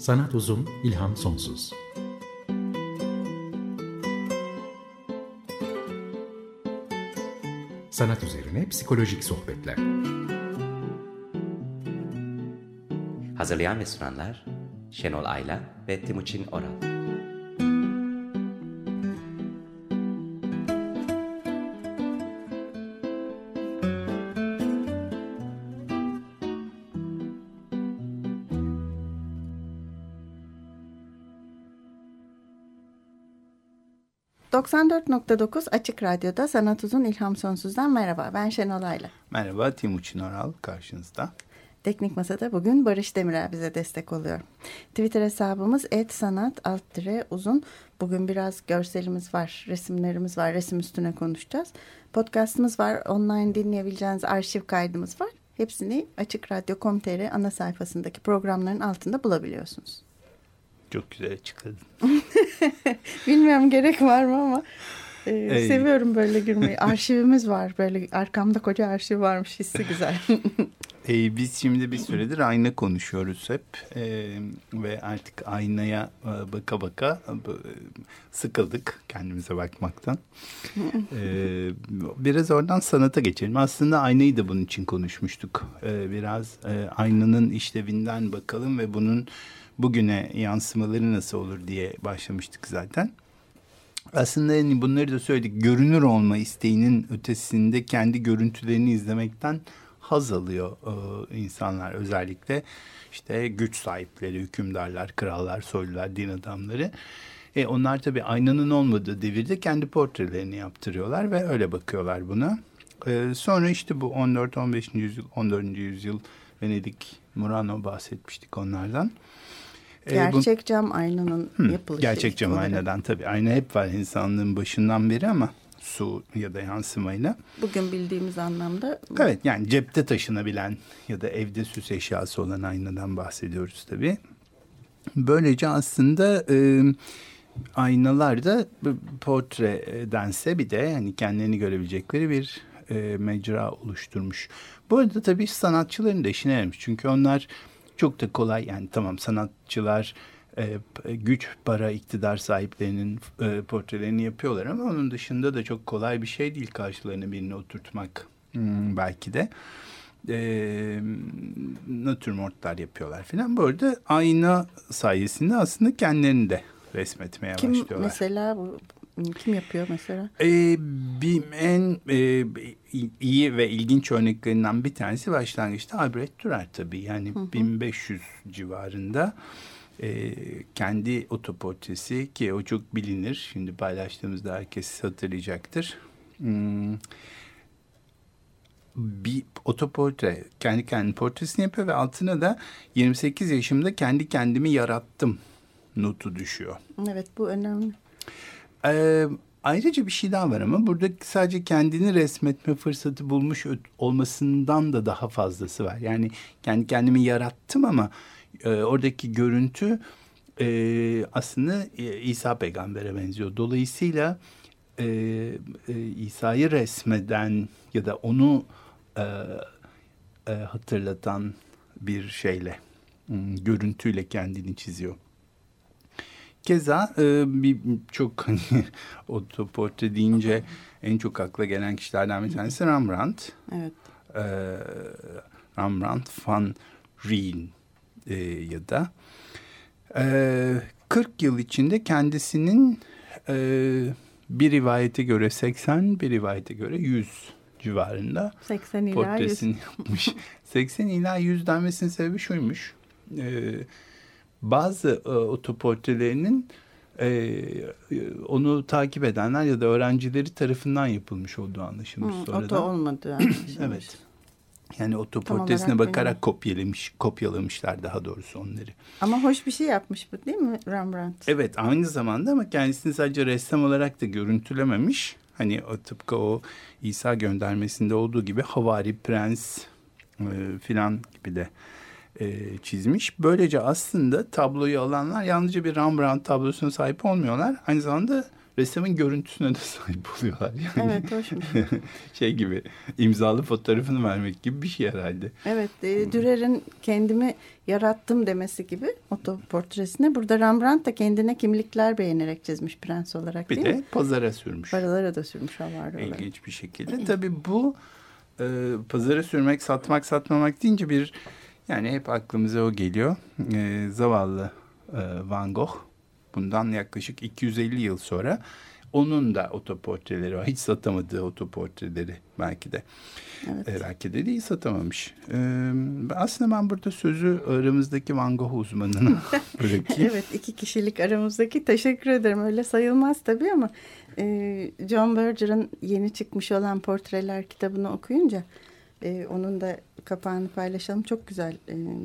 Sanat uzun, ilham sonsuz. Sanat üzerine psikolojik sohbetler. Hazırlayan ve sunanlar Şenol Ayla ve Timuçin Oral. ...94.9 Açık Radyo'da Sanat Uzun İlham Sonsuz'dan merhaba. Ben Şenol Ayla. Merhaba, Timuçin Oral karşınızda. Teknik Masa'da bugün Barış Demirel bize destek oluyor. Twitter hesabımız @sanat_uzun. Bugün biraz görselimiz var, resimlerimiz var. Resim üstüne konuşacağız. Podcastımız var, online dinleyebileceğiniz arşiv kaydımız var. Hepsini açıkradyo.com.tr ana sayfasındaki programların altında bulabiliyorsunuz. Çok güzel açıkladın. Bilmiyorum gerek var mı ama seviyorum böyle girmeyi. Arşivimiz var. Böyle arkamda koca arşiv varmış, hissi güzel. Biz şimdi bir süredir ayna konuşuyoruz hep. Ve artık aynaya baka baka sıkıldık kendimize bakmaktan. Biraz oradan sanata geçelim. Aslında aynayı da bunun için konuşmuştuk. Biraz aynanın işlevinden bakalım ve bunun bugüne yansımaları nasıl olur diye başlamıştık zaten. Aslında yani bunları da söyledik. Görünür olma isteğinin ötesinde kendi görüntülerini izlemekten haz alıyor insanlar. Özellikle işte güç sahipleri, hükümdarlar, krallar, soylular, din adamları. Onlar tabii aynanın olmadığı devirde kendi portrelerini yaptırıyorlar ve öyle bakıyorlar buna. Sonra işte bu 14-15. yüzyıl, 14. yüzyıl Venedik, Murano bahsetmiştik onlardan. Gerçek cam aynanın yapılışı. Gerçek cam aynadan tabii. Ayna hep var insanlığın başından beri ama su ya da yansımayla. Bugün bildiğimiz anlamda. Evet, yani cepte taşınabilen ya da evde süs eşyası olan aynadan bahsediyoruz tabii. Böylece aslında aynalar da portredense bir de hani kendilerini görebilecekleri bir mecra oluşturmuş. Bu arada tabii sanatçıların da işine yaramış. Çünkü onlar çok da kolay, yani tamam sanatçılar güç, para, iktidar sahiplerinin portrelerini yapıyorlar ama onun dışında da çok kolay bir şey değil karşılarına birini oturtmak belki de. Natürmortlar yapıyorlar filan. Bu arada ayna sayesinde aslında kendilerini de resmetmeye başlıyorlar. Kim mesela bu? Kim yapıyor mesela? En iyi ve ilginç örneklerinden bir tanesi başlangıçta Albrecht Dürer tabii. Yani 1500 civarında kendi otoportresi, ki o çok bilinir. Şimdi paylaştığımızda herkes hatırlayacaktır. Bir otoportre, kendi kendine portresini yapıyor ve altına da 28 yaşımda kendi kendimi yarattım notu düşüyor. Evet, bu önemli. Ayrıca bir şey daha var ama burada sadece kendini resmetme fırsatı bulmuş olmasından da daha fazlası var. Yani kendi kendimi yarattım ama oradaki görüntü aslında İsa Peygamber'e benziyor. Dolayısıyla İsa'yı resmeden ya da onu hatırlatan bir şeyle, görüntüyle kendini çiziyor. Keza bir çok hani otoportre deyince en çok akla gelen kişilerden bir tanesi Rembrandt. Evet. Rembrandt van Rijn ya da 40 yıl içinde kendisinin bir rivayete göre 80, bir rivayete göre 100 civarında 80 ila portresini 100 yapmış. 80 ila 100 denmesinin sebebi şuymuş. Bazı otoportrelerinin onu takip edenler ya da öğrencileri tarafından yapılmış olduğu anlaşılmış sonradan. Oto olmadı anlaşılmış. Evet. Yani otoportresine bakarak kopyalamışlar daha doğrusu onları. Ama hoş bir şey yapmış bu, değil mi Rembrandt? Evet, aynı zamanda ama kendisini sadece ressam olarak da görüntülememiş. Hani tıpkı o İsa göndermesinde olduğu gibi havari, prens filan gibi de çizmiş. Böylece aslında tabloyu alanlar yalnızca bir Rembrandt tablosuna sahip olmuyorlar. Aynı zamanda ressamın görüntüsüne de sahip oluyorlar. Yani Evet, hoşmuş. şey gibi, imzalı fotoğrafını vermek gibi bir şey herhalde. Evet, Dürer'in kendimi yarattım demesi gibi otoportresine. Burada Rembrandt da kendine kimlikler beğenerek çizmiş prens olarak, değil Bir mi? de pazara sürmüş. Paralara da sürmüş havari olarak. İlginç bir şekilde. Tabii bu pazara sürmek, satmak, satmamak deyince bir, yani hep aklımıza o geliyor. Zavallı Van Gogh, bundan yaklaşık 250 yıl sonra onun da otoportreleri var. Hiç satamadığı otoportreleri belki de. Evet. Belki de değil, satamamış. Aslında ben burada sözü aramızdaki Van Gogh uzmanına bırakayım. Evet, 2 kişilik aramızdaki, teşekkür ederim. Öyle sayılmaz tabii ama John Berger'ın yeni çıkmış olan Portreler kitabını okuyunca onun da kapağını paylaşalım. Çok güzel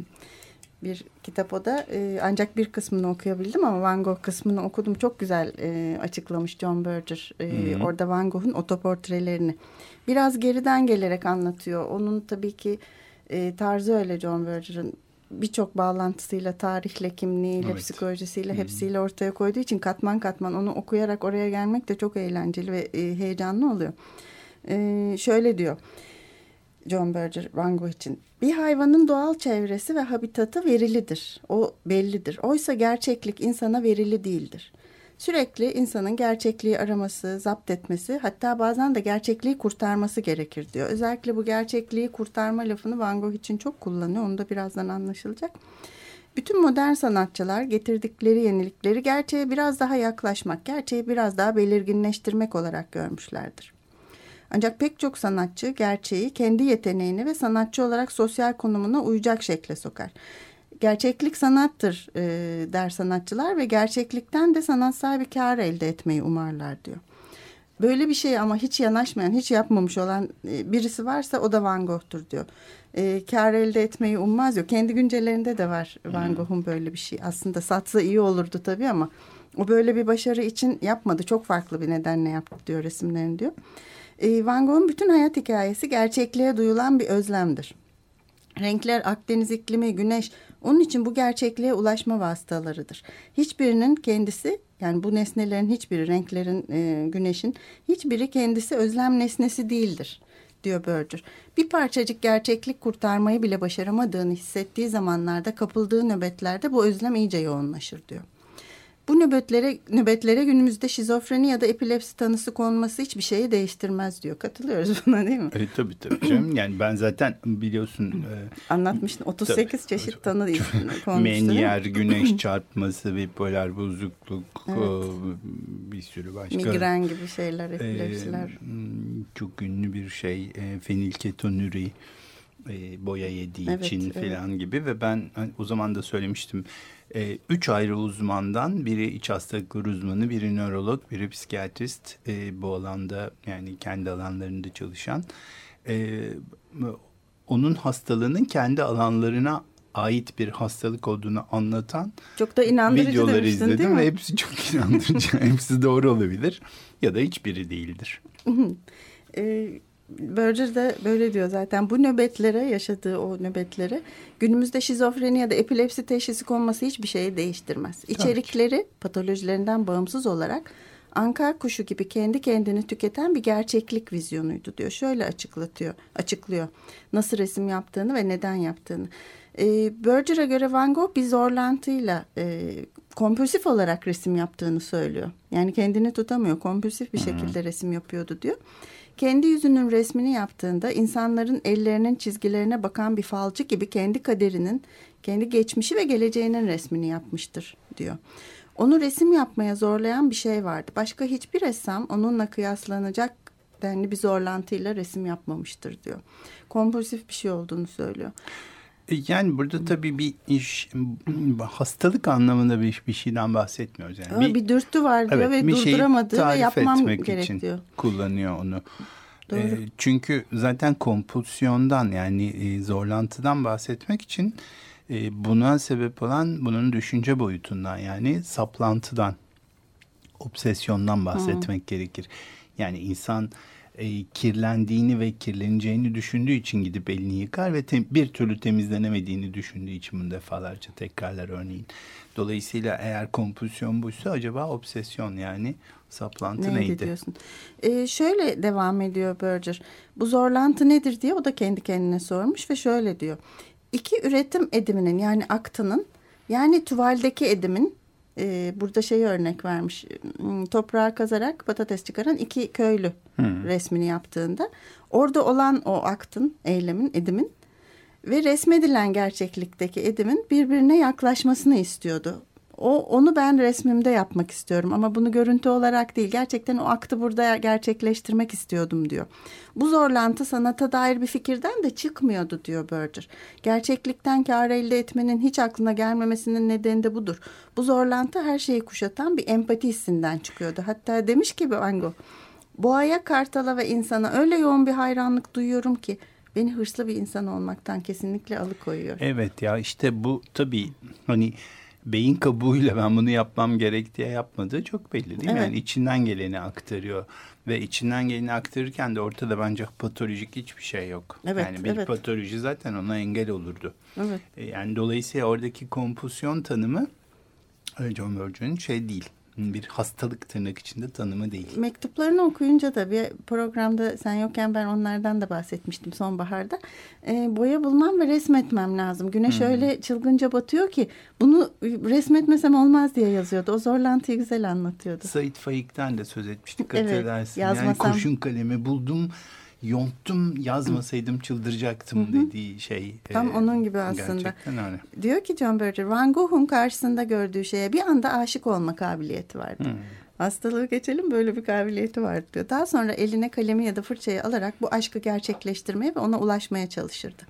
bir kitap o da. Ancak bir kısmını okuyabildim ama Van Gogh kısmını okudum. Çok güzel açıklamış John Berger. Orada Van Gogh'un otoportrelerini biraz geriden gelerek anlatıyor. Onun tabii ki tarzı öyle, John Berger'ın birçok bağlantısıyla, tarihle, kimliğiyle, evet, psikolojisiyle, hepsiyle ortaya koyduğu için katman katman onu okuyarak oraya gelmek de çok eğlenceli ve heyecanlı oluyor. Şöyle diyor John Berger Van Gogh için: bir hayvanın doğal çevresi ve habitatı verilidir. O bellidir. Oysa gerçeklik insana verili değildir. Sürekli insanın gerçekliği araması, zapt etmesi, hatta bazen de gerçekliği kurtarması gerekir diyor. Özellikle bu gerçekliği kurtarma lafını Van Gogh için çok kullanıyor. Onu da birazdan anlaşılacak. Bütün modern sanatçılar getirdikleri yenilikleri gerçeğe biraz daha yaklaşmak, gerçeği biraz daha belirginleştirmek olarak görmüşlerdir. Ancak pek çok sanatçı gerçeği kendi yeteneğine ve sanatçı olarak sosyal konumuna uyacak şekle sokar. Gerçeklik sanattır der sanatçılar ve gerçeklikten de sanatsal bir kar elde etmeyi umarlar diyor. Böyle bir şey ama hiç yanaşmayan, hiç yapmamış olan birisi varsa o da Van Gogh'tur diyor. Kar elde etmeyi ummaz diyor. Kendi güncellerinde de var Van Gogh'un böyle bir şey. Aslında satsa iyi olurdu tabii ama o böyle bir başarı için yapmadı. Çok farklı bir nedenle yaptı diyor resimlerini diyor. Van Gogh'un bütün hayat hikayesi gerçekliğe duyulan bir özlemdir. Renkler, Akdeniz iklimi, güneş, onun için bu gerçekliğe ulaşma vasıtalarıdır. Hiçbirinin kendisi, yani bu nesnelerin hiçbiri, renklerin, güneşin hiçbiri kendisi özlem nesnesi değildir diyor Berger. Bir parçacık gerçeklik kurtarmayı bile başaramadığını hissettiği zamanlarda, kapıldığı nöbetlerde bu özlem iyice yoğunlaşır diyor. Bu nöbetlere günümüzde şizofreni ya da epilepsi tanısı konması hiçbir şeyi değiştirmez diyor. Katılıyoruz buna, değil mi? Tabii canım. Yani ben zaten biliyorsun... anlatmıştın 38 çeşit tanı konmuştu. Menyer, güneş çarpması, bipolar bozukluk, evet, bir sürü başka... migren gibi şeyler, epilepsiler. Çok ünlü bir şey, fenilketonuri, boya yediği için falan gibi ve ben o zaman da söylemiştim. 3 ayrı uzmandan, biri iç hastalıkları uzmanı, biri nörolog, biri psikiyatrist, bu alanda, yani kendi alanlarında çalışan, onun hastalığının kendi alanlarına ait bir hastalık olduğunu anlatan çok da inandırıcı videoları izledim ve hepsi çok inandırıcı. Hepsi doğru olabilir ya da hiçbiri değildir. Berger de böyle diyor zaten. Bu nöbetlere, yaşadığı o nöbetlere günümüzde şizofreni ya da epilepsi teşhisi konması hiçbir şeyi değiştirmez. İçerikleri patolojilerinden bağımsız olarak anka kuşu gibi kendi kendini tüketen bir gerçeklik vizyonuydu diyor. Şöyle açıklıyor nasıl resim yaptığını ve neden yaptığını. Berger'a göre Van Gogh bir zorlantıyla kompulsif olarak resim yaptığını söylüyor. Yani kendini tutamıyor, kompulsif bir şekilde resim yapıyordu diyor. Kendi yüzünün resmini yaptığında insanların ellerinin çizgilerine bakan bir falcı gibi kendi kaderinin, kendi geçmişi ve geleceğinin resmini yapmıştır diyor. Onu resim yapmaya zorlayan bir şey vardı. Başka hiçbir ressam onunla kıyaslanacak denli bir zorlantıyla resim yapmamıştır diyor. Kompulsif bir şey olduğunu söylüyor. Yani burada tabii bir hastalık anlamında bir şeyden bahsetmiyoruz. Yani bir dürtü var diyor ve durduramadığı ve yapmam gerek diyor. Kullanıyor onu. Çünkü zaten kompulsiyondan, yani zorlantıdan bahsetmek için buna sebep olan bunun düşünce boyutundan, yani saplantıdan, obsesyondan bahsetmek gerekir. Yani insan kirlendiğini ve kirleneceğini düşündüğü için gidip elini yıkar ve bir türlü temizlenemediğini düşündüğü için bunu defalarca tekrarlar örneğin. Dolayısıyla eğer kompulsiyon buysa acaba obsesyon yani saplantı neydi? Diyorsun? Şöyle devam ediyor Berger. Bu zorlantı nedir diye o da kendi kendine sormuş ve şöyle diyor. 2 üretim ediminin yani aktının yani tuvaldeki edimin burada örnek vermiş. Toprağı kazarak patates çıkaran 2 köylü resmini yaptığında orada olan o aktın, eylemin, edimin ve resmedilen gerçeklikteki edimin birbirine yaklaşmasını istiyordu. Onu ben resmimde yapmak istiyorum ama bunu görüntü olarak değil gerçekten o aktı burada gerçekleştirmek istiyordum diyor. Bu zorlantı sanata dair bir fikirden de çıkmıyordu diyor Berger. Gerçeklikten kar elde etmenin hiç aklına gelmemesinin nedeni de budur. Bu zorlantı her şeyi kuşatan bir empati hissinden çıkıyordu. Hatta demiş ki Van Gogh, boğaya, kartala ve insana öyle yoğun bir hayranlık duyuyorum ki beni hırslı bir insan olmaktan kesinlikle alıkoyuyor. Evet ya işte bu tabii hani beyin kabuğuyla ben bunu yapmam gerek diye yapmadığı çok belli değil mi? Evet. Yani içinden geleni aktarıyor ve içinden geleni aktarırken de ortada bence patolojik hiçbir şey yok. Evet, yani bir patoloji zaten ona engel olurdu. Evet. Yani dolayısıyla oradaki kompulsiyon tanımı John Berger'in değil. Bir hastalık tırnak içinde tanımı değil. Mektuplarını okuyunca da bir programda sen yokken ben onlardan da bahsetmiştim sonbaharda. Boya bulmam ve resmetmem lazım. Güneş öyle çılgınca batıyor ki bunu resmetmesem olmaz diye yazıyordu. O zorlantıyı güzel anlatıyordu. Said Faik'ten de söz etmiştik evet, hatırlarsın. yazmasam... Yani kurşun kalemi buldum, yonttum, yazmasaydım çıldıracaktım dediği şey. Tam onun gibi aslında. Gerçekten öyle. Diyor ki John Berger, Van Gogh'un karşısında gördüğü şeye bir anda aşık olma kabiliyeti vardı. Hastalığı geçelim böyle bir kabiliyeti vardı diyor. Daha sonra eline kalemi ya da fırçayı alarak bu aşkı gerçekleştirmeye ve ona ulaşmaya çalışırdı.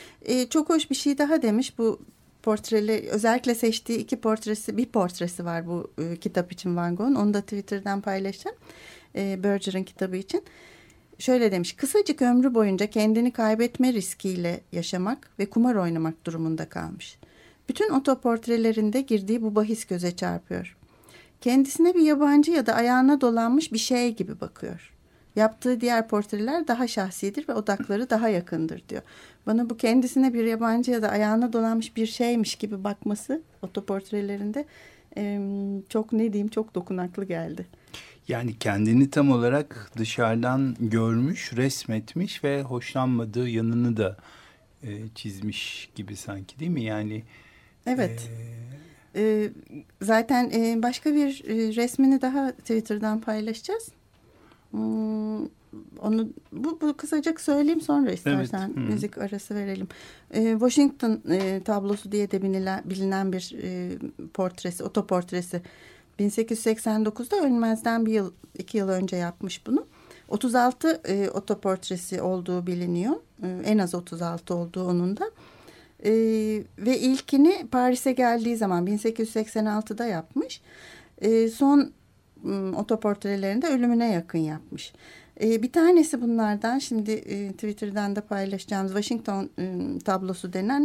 Çok hoş bir şey daha demiş bu portreli özellikle seçtiği bir portresi var bu kitap için Van Gogh'un. Onu da Twitter'dan paylaşacağım. Berger'ın kitabı için. Şöyle demiş, kısacık ömrü boyunca kendini kaybetme riskiyle yaşamak ve kumar oynamak durumunda kalmış. Bütün otoportrelerinde girdiği bu bahis göze çarpıyor. Kendisine bir yabancı ya da ayağına dolanmış bir şey gibi bakıyor. Yaptığı diğer portreler daha şahsidir ve odakları daha yakındır diyor. Bana bu kendisine bir yabancı ya da ayağına dolanmış bir şeymiş gibi bakması otoportrelerinde çok dokunaklı geldi. Yani kendini tam olarak dışarıdan görmüş, resmetmiş ve hoşlanmadığı yanını da çizmiş gibi sanki değil mi? Yani evet. Zaten başka bir resmini daha Twitter'dan paylaşacağız. Onu bu kısacık söyleyeyim sonra istersen müzik arası verelim. Washington tablosu diye de bilinen bir portresi, otoportresi. 1889'da ölmezden 2 yıl önce yapmış bunu. 36 otoportresi olduğu biliniyor. En az 36 olduğu onun da. Ve ilkini Paris'e geldiği zaman 1886'da yapmış. Son otoportrelerinde ölümüne yakın yapmış. Bir tanesi bunlardan şimdi Twitter'dan da paylaşacağımız Washington tablosu denen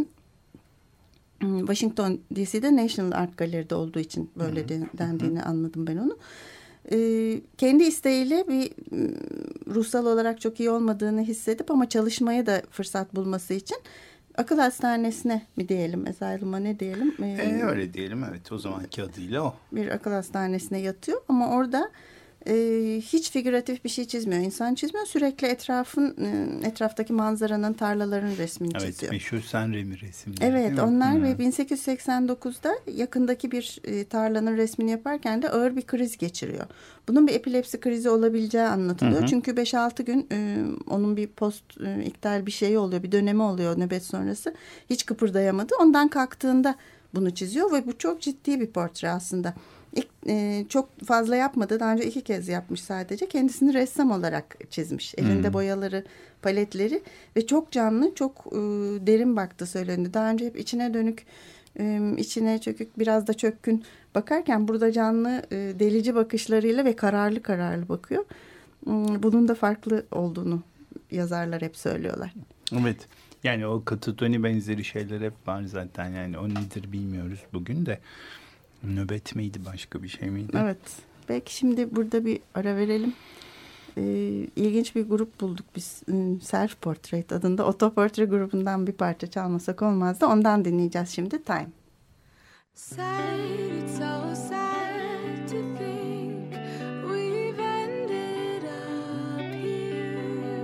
Washington DC'de National Art Gallery'de olduğu için böyle dendiğini anladım ben onu. Kendi isteğiyle bir ruhsal olarak çok iyi olmadığını hissedip ama çalışmaya da fırsat bulması için akıl hastanesine mi diyelim, asylum'a ne diyelim? Öyle diyelim evet o zamanki adıyla o. Bir akıl hastanesine yatıyor ama orada hiç figüratif bir şey çizmiyor. İnsan çizmiyor. Sürekli etraftaki manzaranın, tarlaların resmini çiziyor. Evet, meşhur San Remi resimleri. Evet, onlar ve 1889'da yakındaki bir tarlanın resmini yaparken de ağır bir kriz geçiriyor. Bunun bir epilepsi krizi olabileceği anlatılıyor. Çünkü 5-6 gün onun bir iktal bir şeyi oluyor, bir dönemi oluyor nöbet sonrası. Hiç kıpırdayamadı. Ondan kalktığında bunu çiziyor ve bu çok ciddi bir portre aslında. Çok fazla yapmadı. Daha önce 2 kez yapmış sadece. Kendisini ressam olarak çizmiş. Elinde boyaları, paletleri ve çok canlı, çok derin baktı söyleniyor. Daha önce hep içine dönük, içine çökük, biraz da çökkün bakarken burada canlı, delici bakışlarıyla ve kararlı bakıyor. Bunun da farklı olduğunu yazarlar hep söylüyorlar. Evet. Yani o katatoni benzeri şeyler hep var zaten. Yani o nedir bilmiyoruz bugün de. Nöbet miydi başka bir şey miydi? Evet. Belki şimdi burada bir ara verelim. ilginç bir grup bulduk biz. Self Portrait adında Otoportre grubundan bir parça çalmasak olmazdı. Ondan dinleyeceğiz şimdi. Time. Sad, it's so sad to think we've ended up here.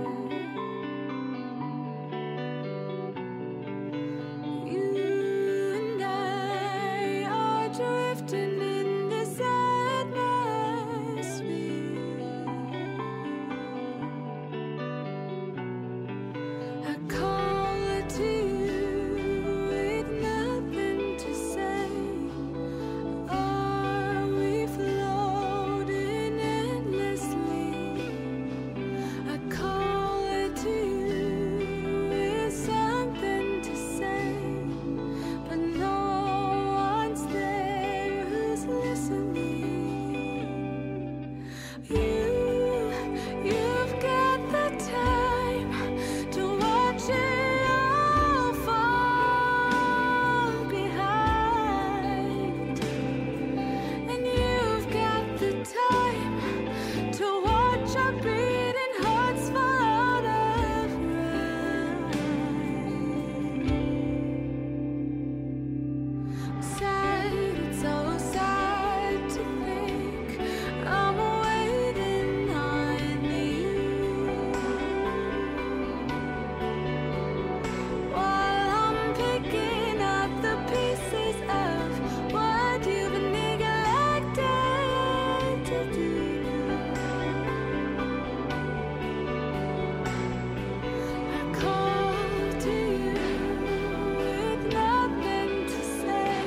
You and I are drifting in this atmosphere. I call it to you with nothing to say. Are we floating endlessly? I call it to you with something to say, but no one's there who's listening. You've got the time to watch it all fall behind, and you've got the time to watch our beating hearts fall out of rhyme. Sad, it's so sad to think I'm waiting on you while I'm picking up the pieces of what you've neglected to do. I call to you with nothing to say.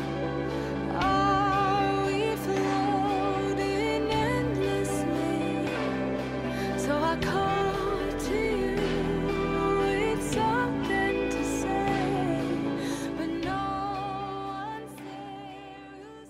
Are we floating endlessly? So I call to you with something to say, but no one's there who's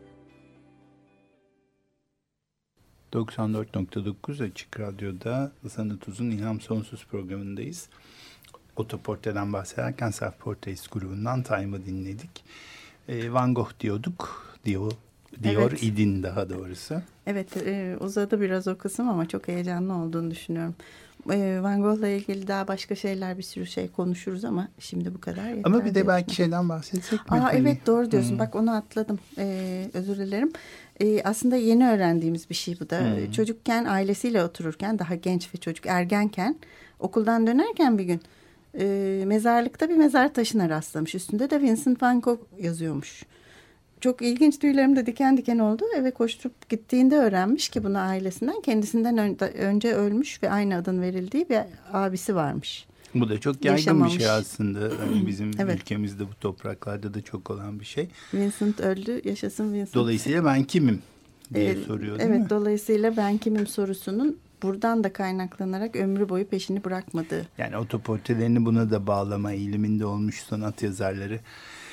listening. 94.9 Açık Radyo'da Sanat Uzun İlham Sonsuz programındayız. Otoportreden bahsederken Self Portraits grubundan Time'ı dinledik. Van Gogh diyorduk. Diyor Evet. idin daha doğrusu. Evet, uzadı biraz o kısım ama çok heyecanlı olduğunu düşünüyorum. Van Gogh'la ilgili daha başka şeyler, bir sürü şey konuşuruz ama şimdi bu kadar yeter. Ama bir de diye belki düşünüyorum. şeyden bahsetsek mi? Aa, evet, doğru diyorsun. Bak, onu atladım. Özür dilerim. Aslında yeni öğrendiğimiz bir şey bu da. Çocukken ailesiyle otururken, daha genç ve çocuk ergenken, okuldan dönerken bir gün mezarlıkta bir mezar taşına rastlamış. Üstünde de Vincent van Gogh yazıyormuş. Çok ilginç, tüylerim de diken diken oldu. Eve koşturup gittiğinde öğrenmiş ki bunu ailesinden, kendisinden önce ölmüş ve aynı adın verildiği bir abisi varmış. Bu da çok yaygın Yaşamamış. bir şey aslında. Yani bizim Evet. ülkemizde, bu topraklarda da çok olan bir şey. Vincent öldü, yaşasın Vincent. Dolayısıyla ben kimim diye soruyor değil mi? Evet, dolayısıyla ben kimim sorusunun buradan da kaynaklanarak ömrü boyu peşini bırakmadığı. Yani otoportrelerini buna da bağlama eğiliminde olmuş sanat yazarları.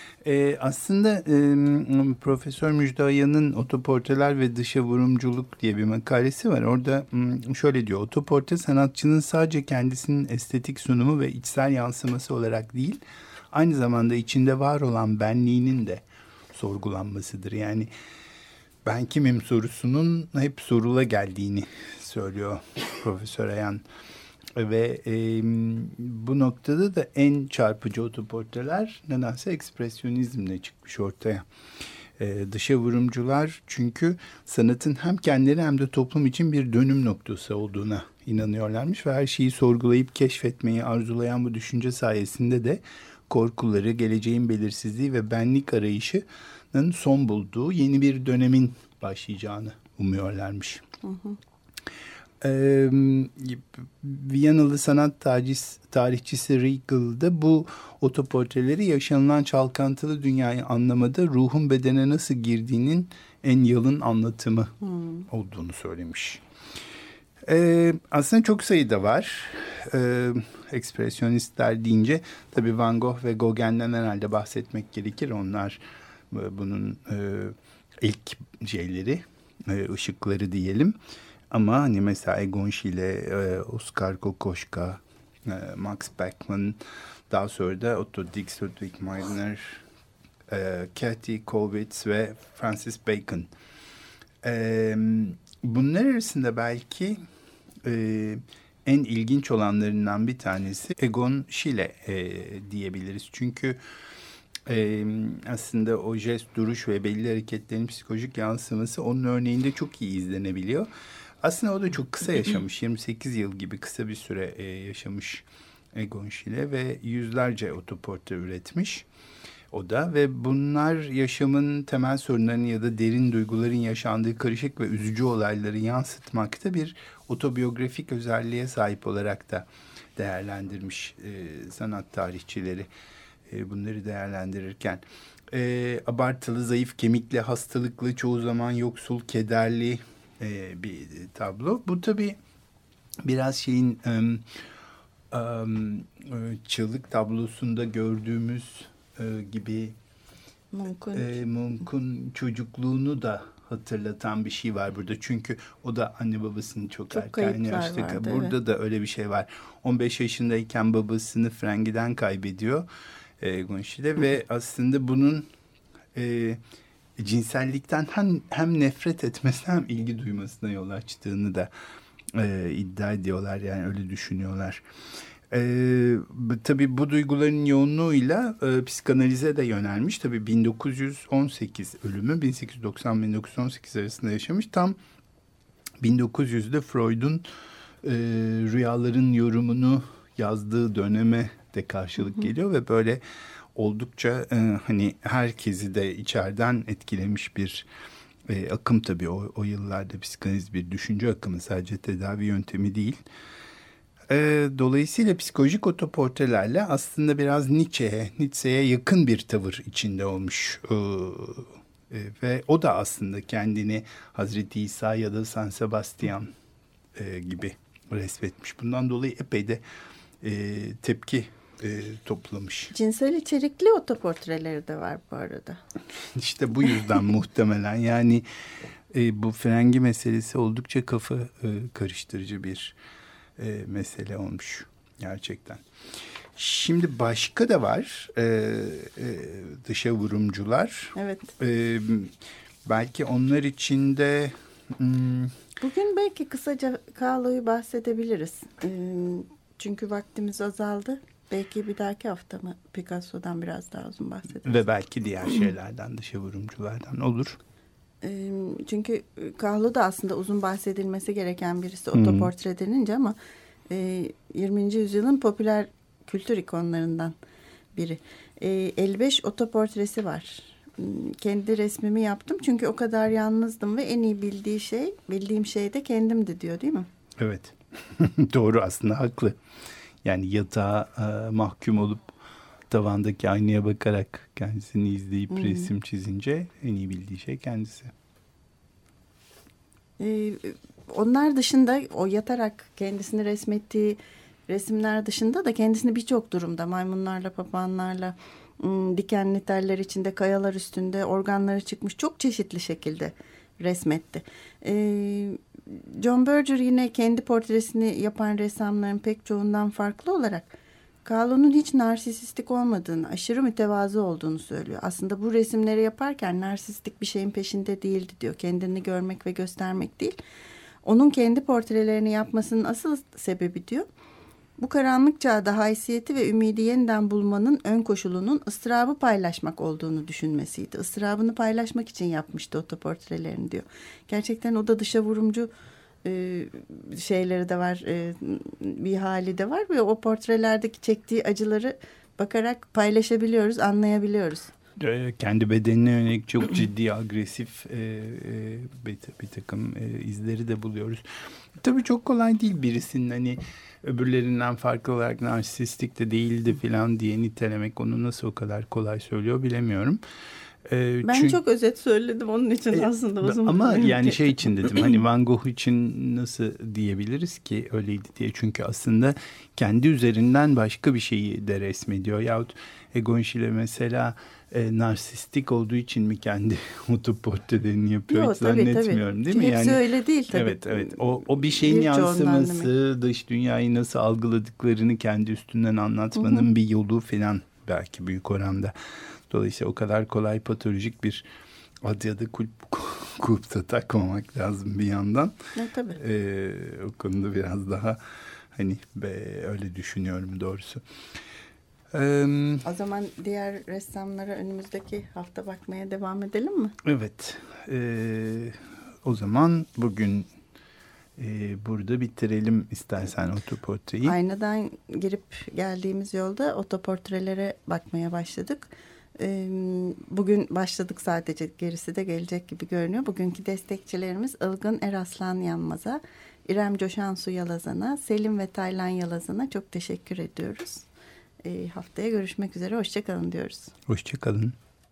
Aslında Profesör Müjde Aya'nın Otoportreler ve Dışa Vurumculuk diye bir makalesi var. Orada şöyle diyor: otoportre sanatçının sadece kendisinin estetik sunumu ve içsel yansıması olarak değil, aynı zamanda içinde var olan benliğinin de sorgulanmasıdır. Yani ben kimim sorusunun hep sorula geldiğini söylüyor Profesör Ayan. Ve bu noktada da en çarpıcı otoportreler nedense ekspresyonizmle çıkmış ortaya. Dışa vurumcular çünkü sanatın hem kendileri hem de toplum için bir dönüm noktası olduğuna inanıyorlarmış ve her şeyi sorgulayıp keşfetmeyi arzulayan bu düşünce sayesinde de korkuları, geleceğin belirsizliği ve benlik arayışının son bulduğu yeni bir dönemin başlayacağını umuyorlarmış. Hı hı. Viyanalı sanat tarihçisi Riegel'de bu otoportreleri yaşanılan çalkantılı dünyayı anlamada ruhun bedene nasıl girdiğinin en yalın anlatımı olduğunu söylemiş. Aslında çok sayıda var. Ekspresyonistler deyince tabii Van Gogh ve Gauguin'den herhalde bahsetmek gerekir. Onlar bunun ilk şeyleri, ışıkları diyelim. Ama hani mesela Egon Schiele, Oskar Kokoschka, Max Beckmann, daha sonra da Otto Dix, Ludwig Meisner, Cathy Kollwitz ve Francis Bacon. Bunlar arasında belki en ilginç olanlarından bir tanesi Egon Schiele diyebiliriz. Çünkü aslında o jest, duruş ve belli hareketlerin psikolojik yansıması onun örneğinde çok iyi izlenebiliyor. Aslında o da çok kısa yaşamış. 28 yıl gibi kısa bir süre yaşamış Egon Schiele ve yüzlerce otoportre üretmiş o da. Ve bunlar yaşamın temel sorunlarını ya da derin duyguların yaşandığı karışık ve üzücü olayları yansıtmakta bir otobiyografik özelliğe sahip olarak da değerlendirmiş sanat tarihçileri bunları değerlendirirken. Abartılı, zayıf, kemikli, hastalıklı, çoğu zaman yoksul, kederli bir tablo. Bu tabii biraz şeyin Çığlık tablosunda gördüğümüz gibi Munch'un çocukluğunu da hatırlatan bir şey var burada. Çünkü o da anne babasını çok erken yaşta. Burada da öyle bir şey var. 15 yaşındayken babasını frengiden kaybediyor Egon Schiele ve aslında bunun cinsellikten hem nefret etmesine hem ilgi duymasına yol açtığını da iddia ediyorlar. Yani öyle düşünüyorlar. Tabii bu duyguların yoğunluğuyla psikanalize de yönelmiş. Tabii 1918 ölümü, 1890-1918 arasında yaşamış. Tam 1900'de Freud'un rüyaların yorumunu yazdığı döneme de karşılık geliyor ve böyle oldukça hani herkesi de içeriden etkilemiş bir akım tabii. O yıllarda psikanaliz bir düşünce akımı, sadece tedavi yöntemi değil. Dolayısıyla psikolojik otoportrelerle aslında biraz Nietzsche'ye yakın bir tavır içinde olmuş. Ve o da aslında kendini Hazreti İsa ya da San Sebastian gibi resmetmiş. Bundan dolayı epey de tepki toplamış. Cinsel içerikli otoportreleri de var bu arada. İşte bu yüzden muhtemelen yani bu frengi meselesi oldukça kafa karıştırıcı bir mesele olmuş gerçekten. Şimdi başka da var dışa vurumcular. Evet. Belki onlar içinde bugün belki kısaca Kahlo'yu bahsedebiliriz. Çünkü vaktimiz azaldı. Belki bir dahaki hafta mı Picasso'dan biraz daha uzun bahsederiz. Ve belki diğer şeylerden, dışa vurumculardan olur. Çünkü Kahlo da aslında uzun bahsedilmesi gereken birisi otoportre denince ama 20. yüzyılın popüler kültür ikonlarından biri. 55 otoportresi var. Kendi resmimi yaptım çünkü o kadar yalnızdım ve en iyi bildiğim şey de kendimdi diyor, değil mi? Evet. Doğru, aslında haklı. Yani yatağa mahkum olup tavandaki aynaya bakarak kendisini izleyip resim çizince en iyi bildiği şey kendisi. Onlar dışında, o yatarak kendisini resmettiği resimler dışında da kendisini birçok durumda maymunlarla, papağanlarla, dikenli teller içinde, kayalar üstünde, organları çıkmış çok çeşitli şekilde resmetti. John Berger yine kendi portresini yapan ressamların pek çoğundan farklı olarak Kahlo'nun hiç narsistik olmadığını, aşırı mütevazı olduğunu söylüyor. Aslında bu resimleri yaparken narsistik bir şeyin peşinde değildi diyor. Kendini görmek ve göstermek değil. Onun kendi portrelerini yapmasının asıl sebebi diyor, bu karanlık çağda haysiyeti ve ümidi yeniden bulmanın ön koşulunun ıstırabı paylaşmak olduğunu düşünmesiydi. Istırabını paylaşmak için yapmıştı otoportrelerini diyor. Gerçekten o da dışa vurumcu şeyleri de var, bir hali de var ve o portrelerdeki çektiği acıları bakarak paylaşabiliyoruz, anlayabiliyoruz. Kendi bedenine yönelik çok ciddi, agresif bir takım izleri de buluyoruz. Tabii çok kolay değil birisinin hani öbürlerinden farklı olarak narsistik de değildi falan diye nitelemek. Onu nasıl o kadar kolay söylüyor bilemiyorum. Ben çünkü çok özet söyledim onun için aslında uzun. Ama yani şey için dedim, hani Van Gogh için nasıl diyebiliriz ki öyleydi diye. Çünkü aslında kendi üzerinden başka bir şeyi de resmediyor. Yahut Egon Schiele mesela narsistik olduğu için mi kendi otoportrelerini yapıyor? Yok, hiç zannetmiyorum, değil mi? Hepsi yani öyle değil tabii. Evet. O bir şeyin yansıması, dış dünyayı nasıl algıladıklarını kendi üstünden anlatmanın bir yolu falan belki büyük oranda. Dolayısıyla o kadar kolay patolojik bir Adya'da kulpta takmamak lazım bir yandan. Tabii. O konuda biraz daha hani öyle düşünüyorum doğrusu. O zaman diğer ressamlara önümüzdeki hafta bakmaya devam edelim mi? Evet. O zaman bugün burada bitirelim istersen otoportreyi. Aynadan girip geldiğimiz yolda otoportrelere bakmaya başladık. Bugün başladık sadece, gerisi de gelecek gibi görünüyor. Bugünkü destekçilerimiz Ilgın Eraslan Yanmaz'a, İrem Coşansu Yalazan'a, Selim ve Taylan Yalazan'a çok teşekkür ediyoruz. Haftaya görüşmek üzere, hoşçakalın diyoruz. Hoşçakalın.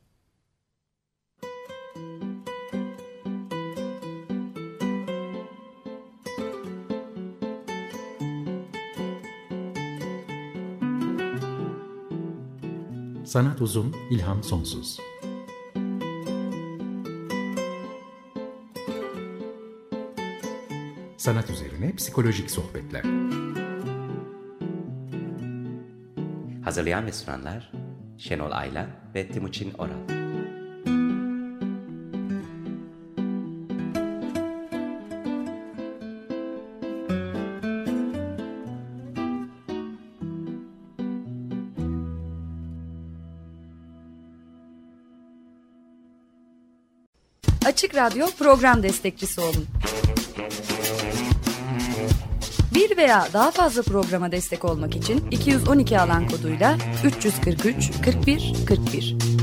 Sanat uzun, ilham sonsuz. Sanat üzerine psikolojik sohbetler. Hazırlayan ve sunanlar Şenol Ayla ve Timuçin Oral. Açık Radyo program destekçisi olun. Bir veya daha fazla programa destek olmak için 212 alan koduyla 343 41 41